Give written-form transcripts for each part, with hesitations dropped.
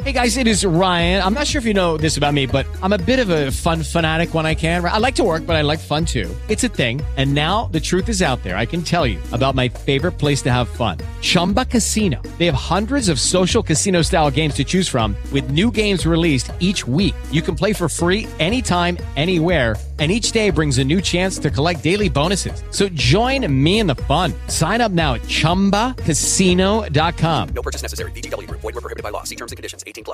Hey guys, it is Ryan. I'm not sure if you know this about me, but I'm a bit of a fun fanatic when I can. I like to work, but I like fun too. It's a thing. And now the truth is out there. I can tell you about my favorite place to have fun. Chumba Casino. They have hundreds of social casino style games to choose from with new games released each week. You can play for free anytime, anywhere. And each day brings a new chance to collect daily bonuses. So join me in the fun. Sign up now at ChumbaCasino.com. No purchase necessary. VGW Group. Void where prohibited by law. See terms and conditions. 18+.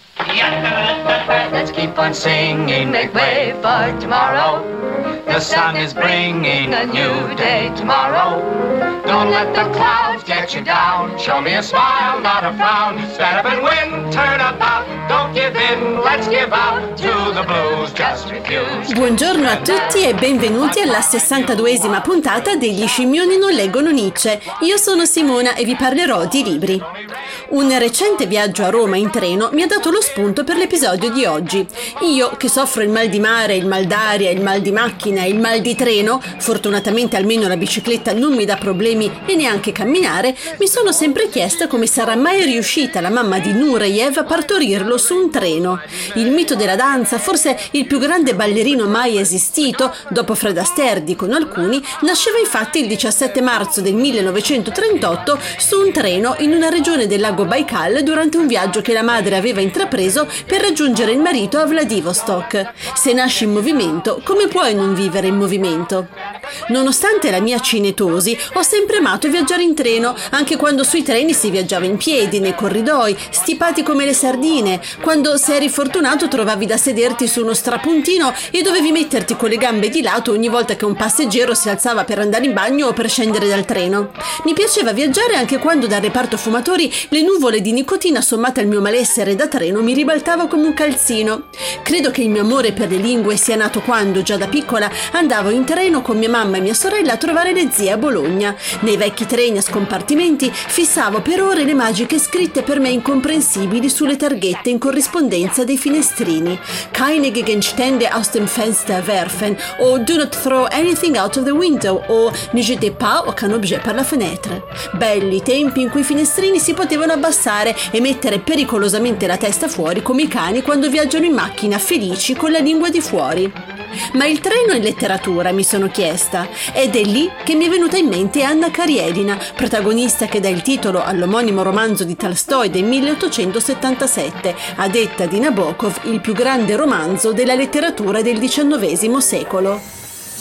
Let's keep on singing, make way for tomorrow. The sun is bringing a new day tomorrow. Don't let the clouds get you down. Show me a smile, not a frown. Stand up and win, turn about. Don't give in, let's give out to the blues. Just refuse. Buongiorno a tutti e benvenuti alla 62esima puntata degli Scimmioni non leggono Nietzsche. Io sono Simona e vi parlerò di libri. Un recente viaggio a Roma in treno mi ha dato lo spunto per l'episodio di oggi. Io, che soffro il mal di mare, il mal d'aria, il mal di macchina e il mal di treno, fortunatamente almeno la bicicletta non mi dà problemi e neanche camminare, mi sono sempre chiesta come sarà mai riuscita la mamma di Nureyev a partorirlo su un treno. Il mito della danza, forse il più grande ballerino mai esistito, dopo Fred Astaire dicono alcuni, nasceva infatti il 17 marzo del 1938 su un treno in una regione del lago Baikal durante un viaggio che la madre aveva intrapreso per raggiungere il marito a Vladivostok. Se nasci in movimento, come puoi non vivere in movimento? Nonostante la mia cinetosi, ho sempre amato viaggiare in treno, anche quando sui treni si viaggiava in piedi, nei corridoi, stipati come le sardine, quando se eri fortunato trovavi da sederti su uno strapuntino e dovevi metterti con le gambe di lato ogni volta che un passeggero si alzava per andare in bagno o per scendere dal treno. Mi piaceva viaggiare anche quando dal reparto fumatori le nuvole di nicotina sommate al mio malessere da treno mi ribaltava come un calzino. Credo che il mio amore per le lingue sia nato quando, già da piccola, andavo in treno con mia mamma e mia sorella a trovare le zie a Bologna. Nei vecchi treni a scompartimenti fissavo per ore le magiche scritte per me incomprensibili sulle targhette in corrispondenza dei finestrini. Keine Gegenstände aus dem Fenster werfen o Do not throw anything out of the window o Ne jetez pas aucun objet par la fenêtre. Belli tempi in cui i finestrini si potevano abbassare e mettere pericolosamente la testa fuori come i cani quando viaggiano in macchina felici con la lingua di fuori. Ma il treno in letteratura, mi sono chiesta, ed è lì che mi è venuta in mente Anna Karenina, protagonista che dà il titolo all'omonimo romanzo di Tolstoj del 1877, a detta di Nabokov il più grande romanzo della letteratura del XIX secolo.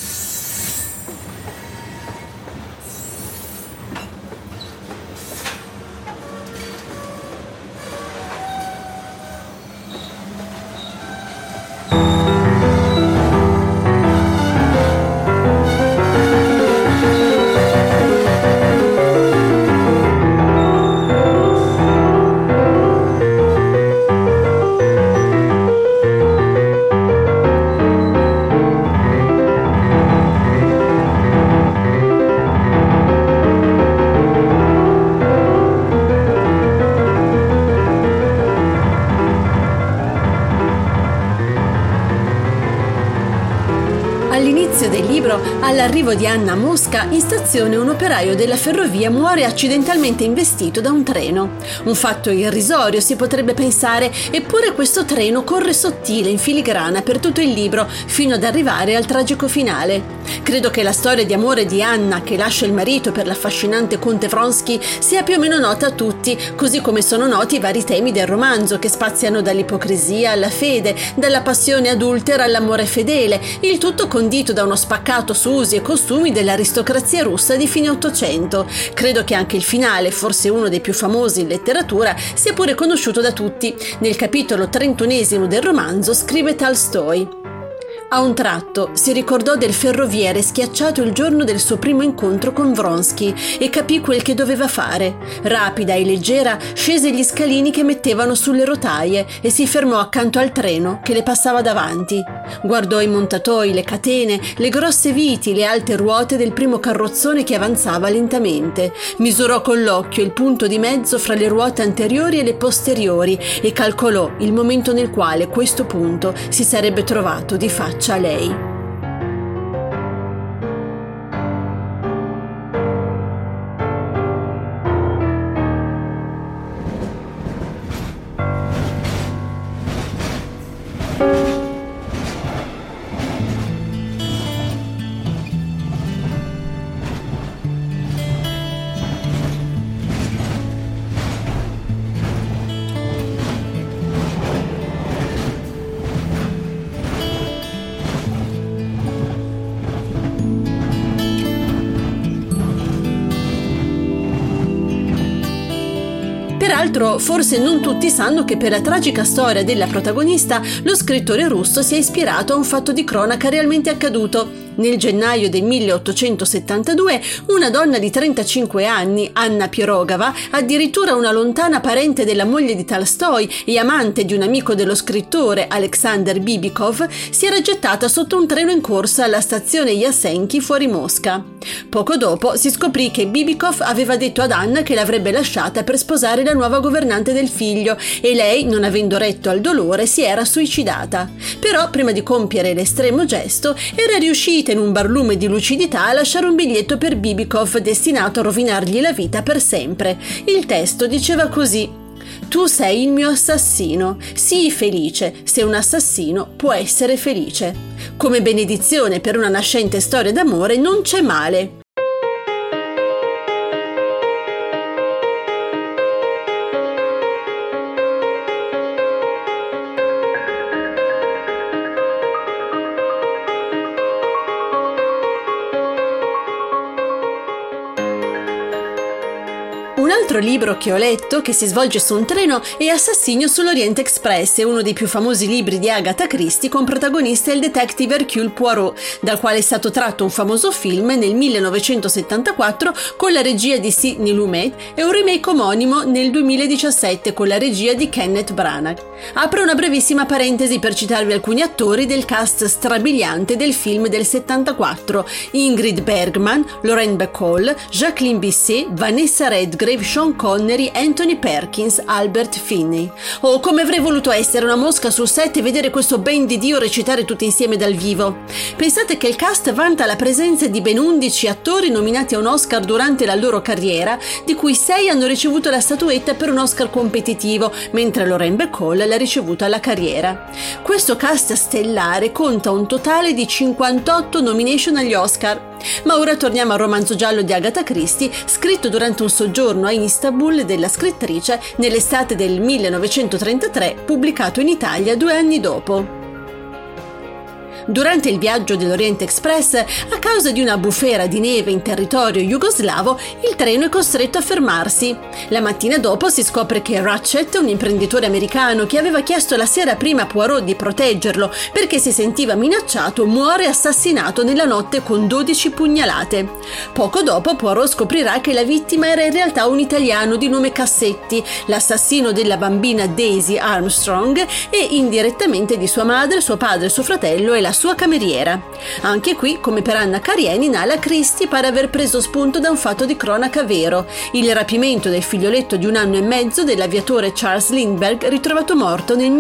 All'inizio del libro, all'arrivo di Anna a Mosca, in stazione un operaio della ferrovia muore accidentalmente investito da un treno. Un fatto irrisorio, si potrebbe pensare, eppure questo treno corre sottile, in filigrana, per tutto il libro, fino ad arrivare al tragico finale. Credo che la storia di amore di Anna, che lascia il marito per l'affascinante conte Vronsky, sia più o meno nota a tutti, così come sono noti i vari temi del romanzo, che spaziano dall'ipocrisia alla fede, dalla passione adultera all'amore fedele, il tutto condito da uno spaccato su usi e costumi dell'aristocrazia russa di fine Ottocento. Credo che anche il finale, forse uno dei più famosi in letteratura, sia pure conosciuto da tutti. Nel capitolo 31 del romanzo scrive Tolstoj: A un tratto si ricordò del ferroviere schiacciato il giorno del suo primo incontro con Vronsky e capì quel che doveva fare. Rapida e leggera scese gli scalini che mettevano sulle rotaie e si fermò accanto al treno che le passava davanti. Guardò i montatoi, le catene, le grosse viti, le alte ruote del primo carrozzone che avanzava lentamente. Misurò con l'occhio il punto di mezzo fra le ruote anteriori e le posteriori e calcolò il momento nel quale questo punto si sarebbe trovato di faccia a lei. l'altro, forse non tutti sanno che per la tragica storia della protagonista lo scrittore russo si è ispirato a un fatto di cronaca realmente accaduto. Nel gennaio del 1872 una donna di 35 anni, Anna Pirogova, addirittura una lontana parente della moglie di Tolstoi e amante di un amico dello scrittore Alexander Bibikov, si era gettata sotto un treno in corsa alla stazione Yasenki fuori Mosca. Poco dopo si scoprì che Bibikov aveva detto ad Anna che l'avrebbe lasciata per sposare la nuova governante del figlio e lei, non avendo retto al dolore, si era suicidata. Però prima di compiere l'estremo gesto era riuscita in un barlume di lucidità a lasciare un biglietto per Bibikov destinato a rovinargli la vita per sempre. Il testo diceva così: tu sei il mio assassino, sii felice, se un assassino può essere felice. Come benedizione per una nascente storia d'amore non c'è male. Un altro libro che ho letto, che si svolge su un treno, è Assassinio sull'Orient Express, è uno dei più famosi libri di Agatha Christie con protagonista il detective Hercule Poirot, dal quale è stato tratto un famoso film nel 1974 con la regia di Sidney Lumet e un remake omonimo nel 2017 con la regia di Kenneth Branagh. Apro una brevissima parentesi per citarvi alcuni attori del cast strabiliante del film del 74: Ingrid Bergman, Lauren Bacall, Jacqueline Bisset, Vanessa Redgrave, Sean Connery, Anthony Perkins, Albert Finney. Oh, come avrei voluto essere una mosca sul set e vedere questo ben di Dio recitare tutti insieme dal vivo. Pensate che il cast vanta la presenza di ben 11 attori nominati a un Oscar durante la loro carriera, di cui 6 hanno ricevuto la statuetta per un Oscar competitivo, mentre Lauren Bacall l'ha ricevuta alla carriera. Questo cast stellare conta un totale di 58 nomination agli Oscar. Ma ora torniamo al romanzo giallo di Agatha Christie, scritto durante un soggiorno a Istanbul della scrittrice nell'estate del 1933, pubblicato in Italia 2 anni dopo. Durante il viaggio dell'Orient Express, a causa di una bufera di neve in territorio jugoslavo, il treno è costretto a fermarsi. La mattina dopo si scopre che Ratchet, un imprenditore americano che aveva chiesto la sera prima a Poirot di proteggerlo perché si sentiva minacciato, muore assassinato nella notte con 12 pugnalate. Poco dopo Poirot scoprirà che la vittima era in realtà un italiano di nome Cassetti, l'assassino della bambina Daisy Armstrong e indirettamente di sua madre, suo padre, suo fratello e la sua cameriera. Anche qui, come per Anna Karenina, la Christie pare aver preso spunto da un fatto di cronaca vero: il rapimento del figlioletto di 1 anno e mezzo dell'aviatore Charles Lindbergh, ritrovato morto nel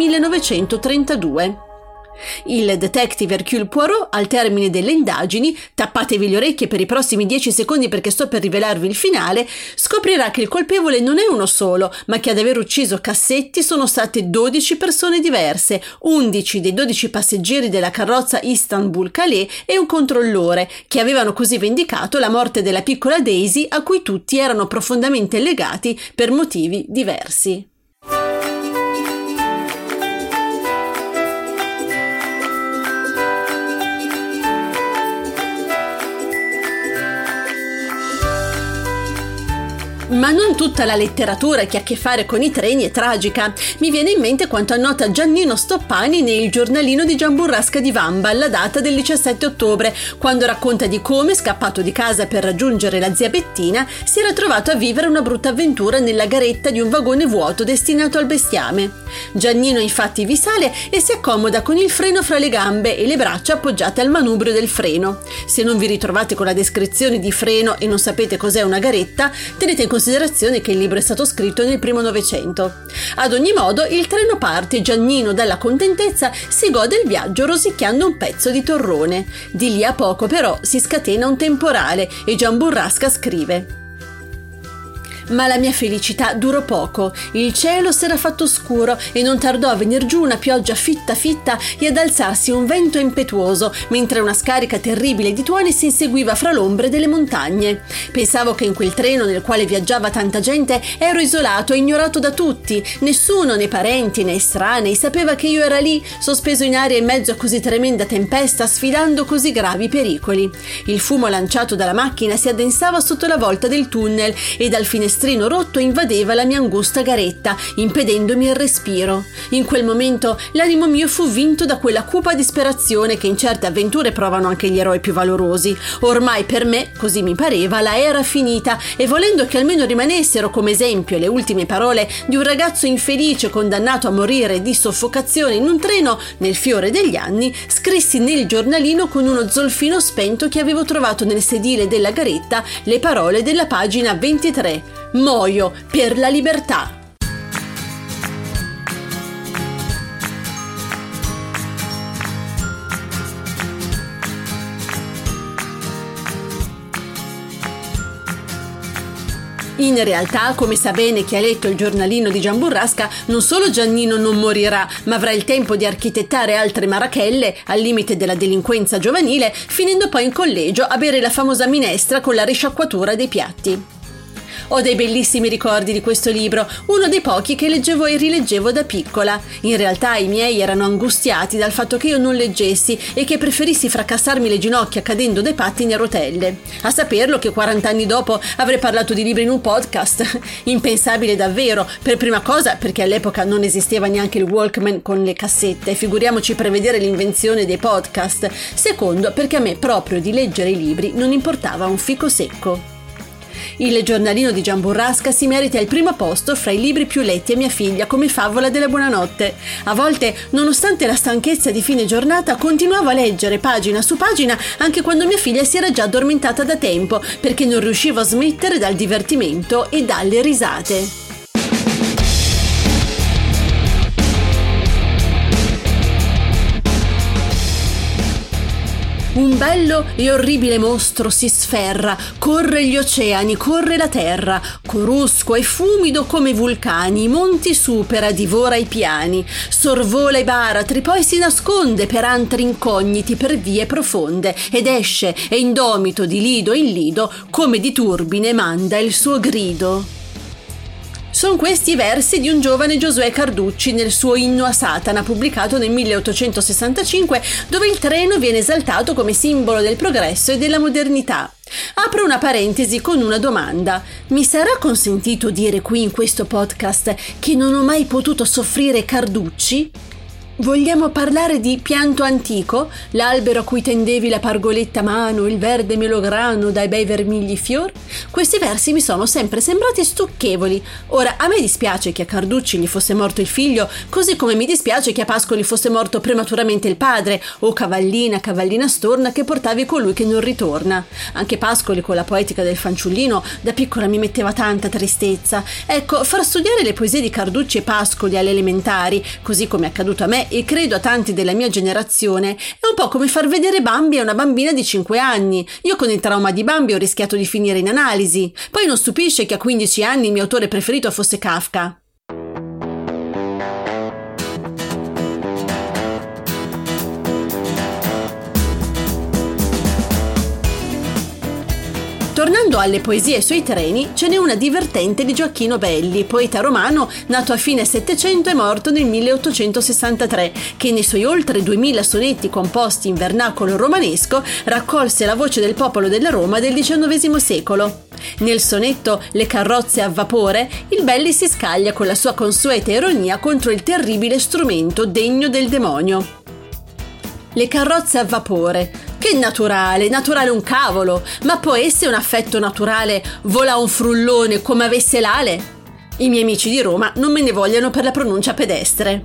1932. Il detective Hercule Poirot, al termine delle indagini, tappatevi le orecchie per i prossimi 10 secondi perché sto per rivelarvi il finale, scoprirà che il colpevole non è uno solo, ma che ad aver ucciso Cassetti sono state 12 persone diverse, 11 dei 12 passeggeri della carrozza Istanbul-Calais e un controllore, che avevano così vendicato la morte della piccola Daisy, a cui tutti erano profondamente legati per motivi diversi. Ma non tutta la letteratura che ha a che fare con i treni è tragica. Mi viene in mente quanto annota Giannino Stoppani nel giornalino di Gian Burrasca di Vamba alla data del 17 ottobre, quando racconta di come, scappato di casa per raggiungere la zia Bettina, si era trovato a vivere una brutta avventura nella garetta di un vagone vuoto destinato al bestiame. Giannino infatti vi sale e si accomoda con il freno fra le gambe e le braccia appoggiate al manubrio del freno. Se non vi ritrovate con la descrizione di freno e non sapete cos'è una garetta, tenete in considerazione che il libro è stato scritto nel primo Novecento. Ad ogni modo, il treno parte e Giannino, dalla contentezza, si gode il viaggio rosicchiando un pezzo di torrone. Di lì a poco, però, si scatena un temporale e Gian Burrasca scrive: ma la mia felicità durò poco. Il cielo s'era fatto scuro e non tardò a venir giù una pioggia fitta fitta e ad alzarsi un vento impetuoso, mentre una scarica terribile di tuoni si inseguiva fra l'ombre delle montagne. Pensavo che in quel treno nel quale viaggiava tanta gente ero isolato e ignorato da tutti. Nessuno, né parenti né estranei, sapeva che io era lì, sospeso in aria in mezzo a così tremenda tempesta, sfidando così gravi pericoli. Il fumo lanciato dalla macchina si addensava sotto la volta del tunnel e dal finestrino finestrino rotto invadeva la mia angusta garetta, impedendomi il respiro. In quel momento l'animo mio fu vinto da quella cupa disperazione che in certe avventure provano anche gli eroi più valorosi. Ormai per me, così mi pareva, la era finita, e volendo che almeno rimanessero come esempio le ultime parole di un ragazzo infelice condannato a morire di soffocazione in un treno nel fiore degli anni, scrissi nel giornalino con uno zolfino spento che avevo trovato nel sedile della garetta le parole della pagina 23: «Muoio per la libertà». In realtà, come sa bene chi ha letto il giornalino di Gian Burrasca, non solo Giannino non morirà, ma avrà il tempo di architettare altre marachelle al limite della delinquenza giovanile, finendo poi in collegio a bere la famosa minestra con la risciacquatura dei piatti. Ho dei bellissimi ricordi di questo libro, uno dei pochi che leggevo e rileggevo da piccola. In realtà i miei erano angustiati dal fatto che io non leggessi e che preferissi fracassarmi le ginocchia cadendo dai pattini a rotelle. A saperlo che 40 anni dopo avrei parlato di libri in un podcast. Impensabile davvero, per prima cosa perché all'epoca non esisteva neanche il Walkman con le cassette, figuriamoci prevedere l'invenzione dei podcast. Secondo, perché a me proprio di leggere i libri non importava un fico secco. Il giornalino di Gian Burrasca si merita il primo posto fra i libri più letti a mia figlia come Favola della buonanotte. A volte, nonostante la stanchezza di fine giornata, continuavo a leggere pagina su pagina anche quando mia figlia si era già addormentata da tempo, perché non riuscivo a smettere dal divertimento e dalle risate. Un bello e orribile mostro si sferra, corre gli oceani, corre la terra, corusco e fumido come i vulcani, i monti supera, divora i piani, sorvola i baratri, poi si nasconde per antri incogniti, per vie profonde, ed esce e indomito di lido in lido, come di turbine manda il suo grido. Sono questi i versi di un giovane Giosuè Carducci nel suo Inno a Satana, pubblicato nel 1865, dove il treno viene esaltato come simbolo del progresso e della modernità. Apro una parentesi con una domanda. Mi sarà consentito dire qui in questo podcast che non ho mai potuto soffrire Carducci? Vogliamo parlare di Pianto antico, l'albero a cui tendevi la pargoletta a mano, il verde melograno dai bei vermigli fior? Questi versi mi sono sempre sembrati stucchevoli. Ora, a me dispiace che a Carducci gli fosse morto il figlio, così come mi dispiace che a Pascoli fosse morto prematuramente il padre, o cavallina storna che portavi colui che non ritorna. Anche Pascoli, con la poetica del fanciullino, da piccola mi metteva tanta tristezza. Ecco, far studiare le poesie di Carducci e Pascoli alle elementari, così come è accaduto a me e credo a tanti della mia generazione, è un po' come far vedere Bambi a una bambina di 5 anni. Io con il trauma di Bambi ho rischiato di finire in analisi. Poi non stupisce che a 15 anni il mio autore preferito fosse Kafka. Tornando alle poesie sui treni, ce n'è una divertente di Gioacchino Belli, poeta romano nato a fine Settecento e morto nel 1863, che nei suoi oltre 2000 sonetti composti in vernacolo romanesco raccolse la voce del popolo della Roma del XIX secolo. Nel sonetto Le carrozze a vapore, il Belli si scaglia con la sua consueta ironia contro il terribile strumento degno del demonio. Le carrozze a vapore. Che naturale un cavolo! Ma può essere un affetto naturale vola un frullone come avesse l'ale? I miei amici di Roma non me ne vogliano per la pronuncia pedestre.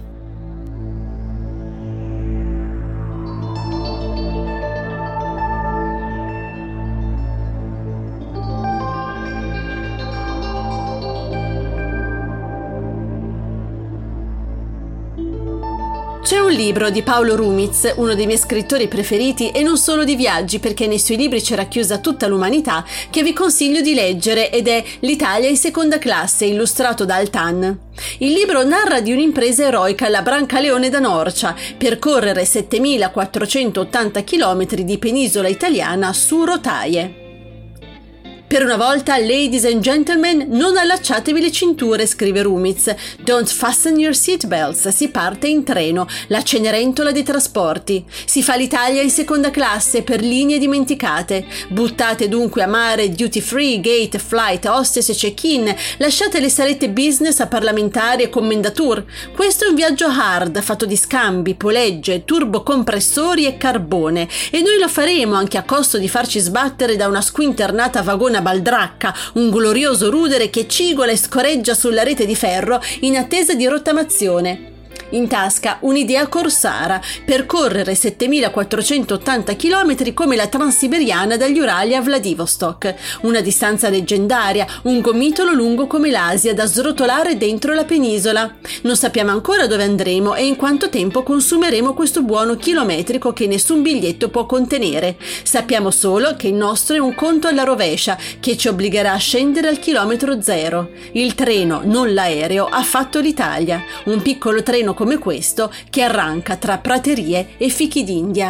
C'è un libro di Paolo Rumiz, uno dei miei scrittori preferiti, e non solo di viaggi, perché nei suoi libri c'è racchiusa tutta l'umanità, che vi consiglio di leggere, ed è L'Italia in seconda classe, illustrato da Altan. Il libro narra di un'impresa eroica alla Brancaleone da Norcia, percorrere 7.480 km di penisola italiana su rotaie. Per una volta, ladies and gentlemen, non allacciatevi le cinture, scrive Rumiz. Don't fasten your seatbelts. Si parte in treno, la Cenerentola dei trasporti. Si fa l'Italia in seconda classe per linee dimenticate. Buttate dunque a mare duty free, gate, flight, hostess e check-in. Lasciate le salette business a parlamentari e commendatur. Questo è un viaggio hard, fatto di scambi, polegge, turbocompressori e carbone. E noi lo faremo anche a costo di farci sbattere da una squinternata vagone baldracca, un glorioso rudere che cigola e scoreggia sulla rete di ferro in attesa di rottamazione. In tasca un'idea corsara: percorrere 7480 km come la Transiberiana dagli Urali a Vladivostok, una distanza leggendaria, un gomitolo lungo come l'Asia da srotolare dentro la penisola. Non sappiamo ancora dove andremo e in quanto tempo consumeremo questo buono chilometrico che nessun biglietto può contenere. Sappiamo solo che il nostro è un conto alla rovescia che ci obbligherà a scendere al chilometro zero. Il treno, non l'aereo, ha fatto l'Italia, un piccolo treno come questo che arranca tra praterie e fichi d'India.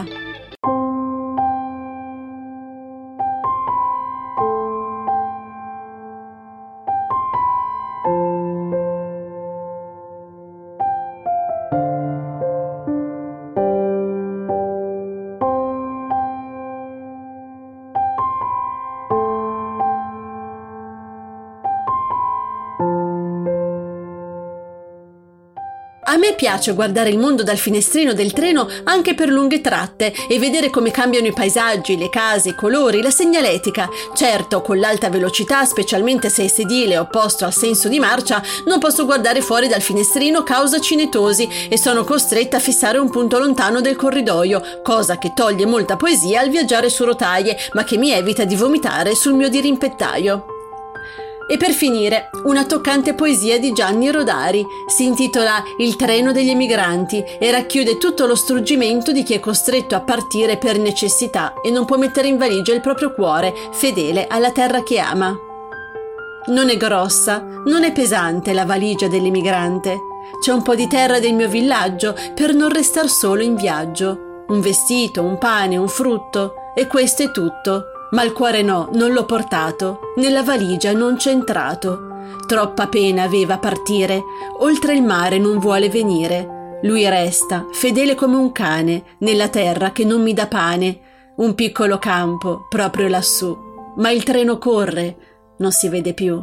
A me piace guardare il mondo dal finestrino del treno anche per lunghe tratte e vedere come cambiano i paesaggi, le case, i colori, la segnaletica. Certo, con l'alta velocità, specialmente se è sedile opposto al senso di marcia, non posso guardare fuori dal finestrino causa cinetosi e sono costretta a fissare un punto lontano del corridoio, cosa che toglie molta poesia al viaggiare su rotaie, ma che mi evita di vomitare sul mio dirimpettaio. E per finire, una toccante poesia di Gianni Rodari. Si intitola Il treno degli emigranti e racchiude tutto lo struggimento di chi è costretto a partire per necessità e non può mettere in valigia il proprio cuore, fedele alla terra che ama. Non è grossa, non è pesante la valigia dell'emigrante. C'è un po' di terra del mio villaggio per non restar solo in viaggio. Un vestito, un pane, un frutto, e questo è tutto. Ma il cuore no, non l'ho portato, nella valigia non c'è entrato. Troppa pena aveva partire, oltre il mare non vuole venire. Lui resta, fedele come un cane, nella terra che non mi dà pane. Un piccolo campo, proprio lassù. Ma il treno corre, non si vede più.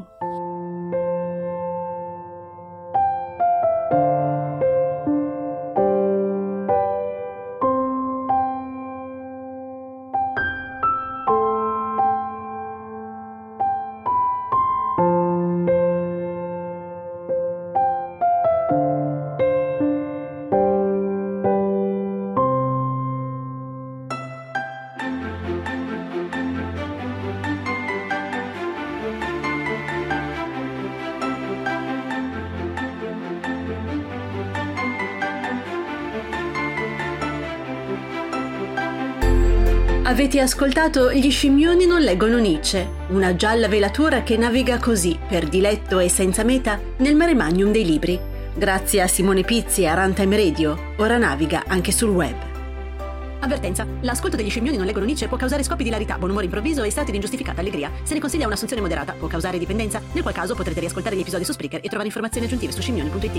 Avete ascoltato Gli scimmioni non leggono Nietzsche, una gialla velatura che naviga così, per diletto e senza meta, nel mare magnum dei libri. Grazie a Simone Pizzi e a Runtime Radio, ora naviga anche sul web. Avvertenza: l'ascolto degli scimmioni non leggono Nietzsche può causare scoppi di ilarità, buon umore improvviso e stati di ingiustificata allegria. Se ne consiglia un'assunzione moderata, può causare dipendenza, nel qual caso potrete riascoltare gli episodi su Spreaker e trovare informazioni aggiuntive su scimmioni.it.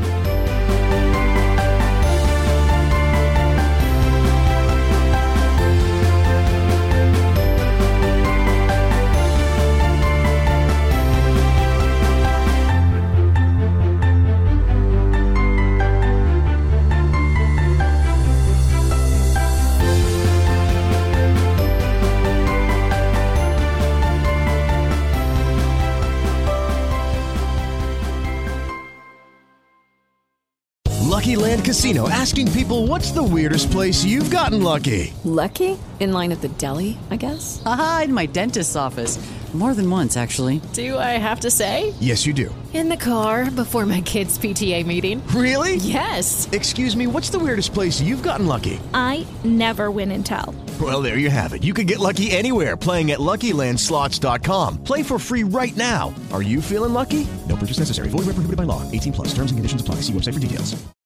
Lucky Land Casino, asking people, what's the weirdest place you've gotten lucky? Lucky? In line at the deli, I guess? Aha, in my dentist's office. More than once, actually. Do I have to say? Yes, you do. In the car before my kids' PTA meeting. Really? Yes. Excuse me, what's the weirdest place you've gotten lucky? I never win and tell. Well, there you have it. You can get lucky anywhere, playing at LuckyLandSlots.com. Play for free right now. Are you feeling lucky? No purchase necessary. Void where prohibited by law. 18+. Terms and conditions apply. See website for details.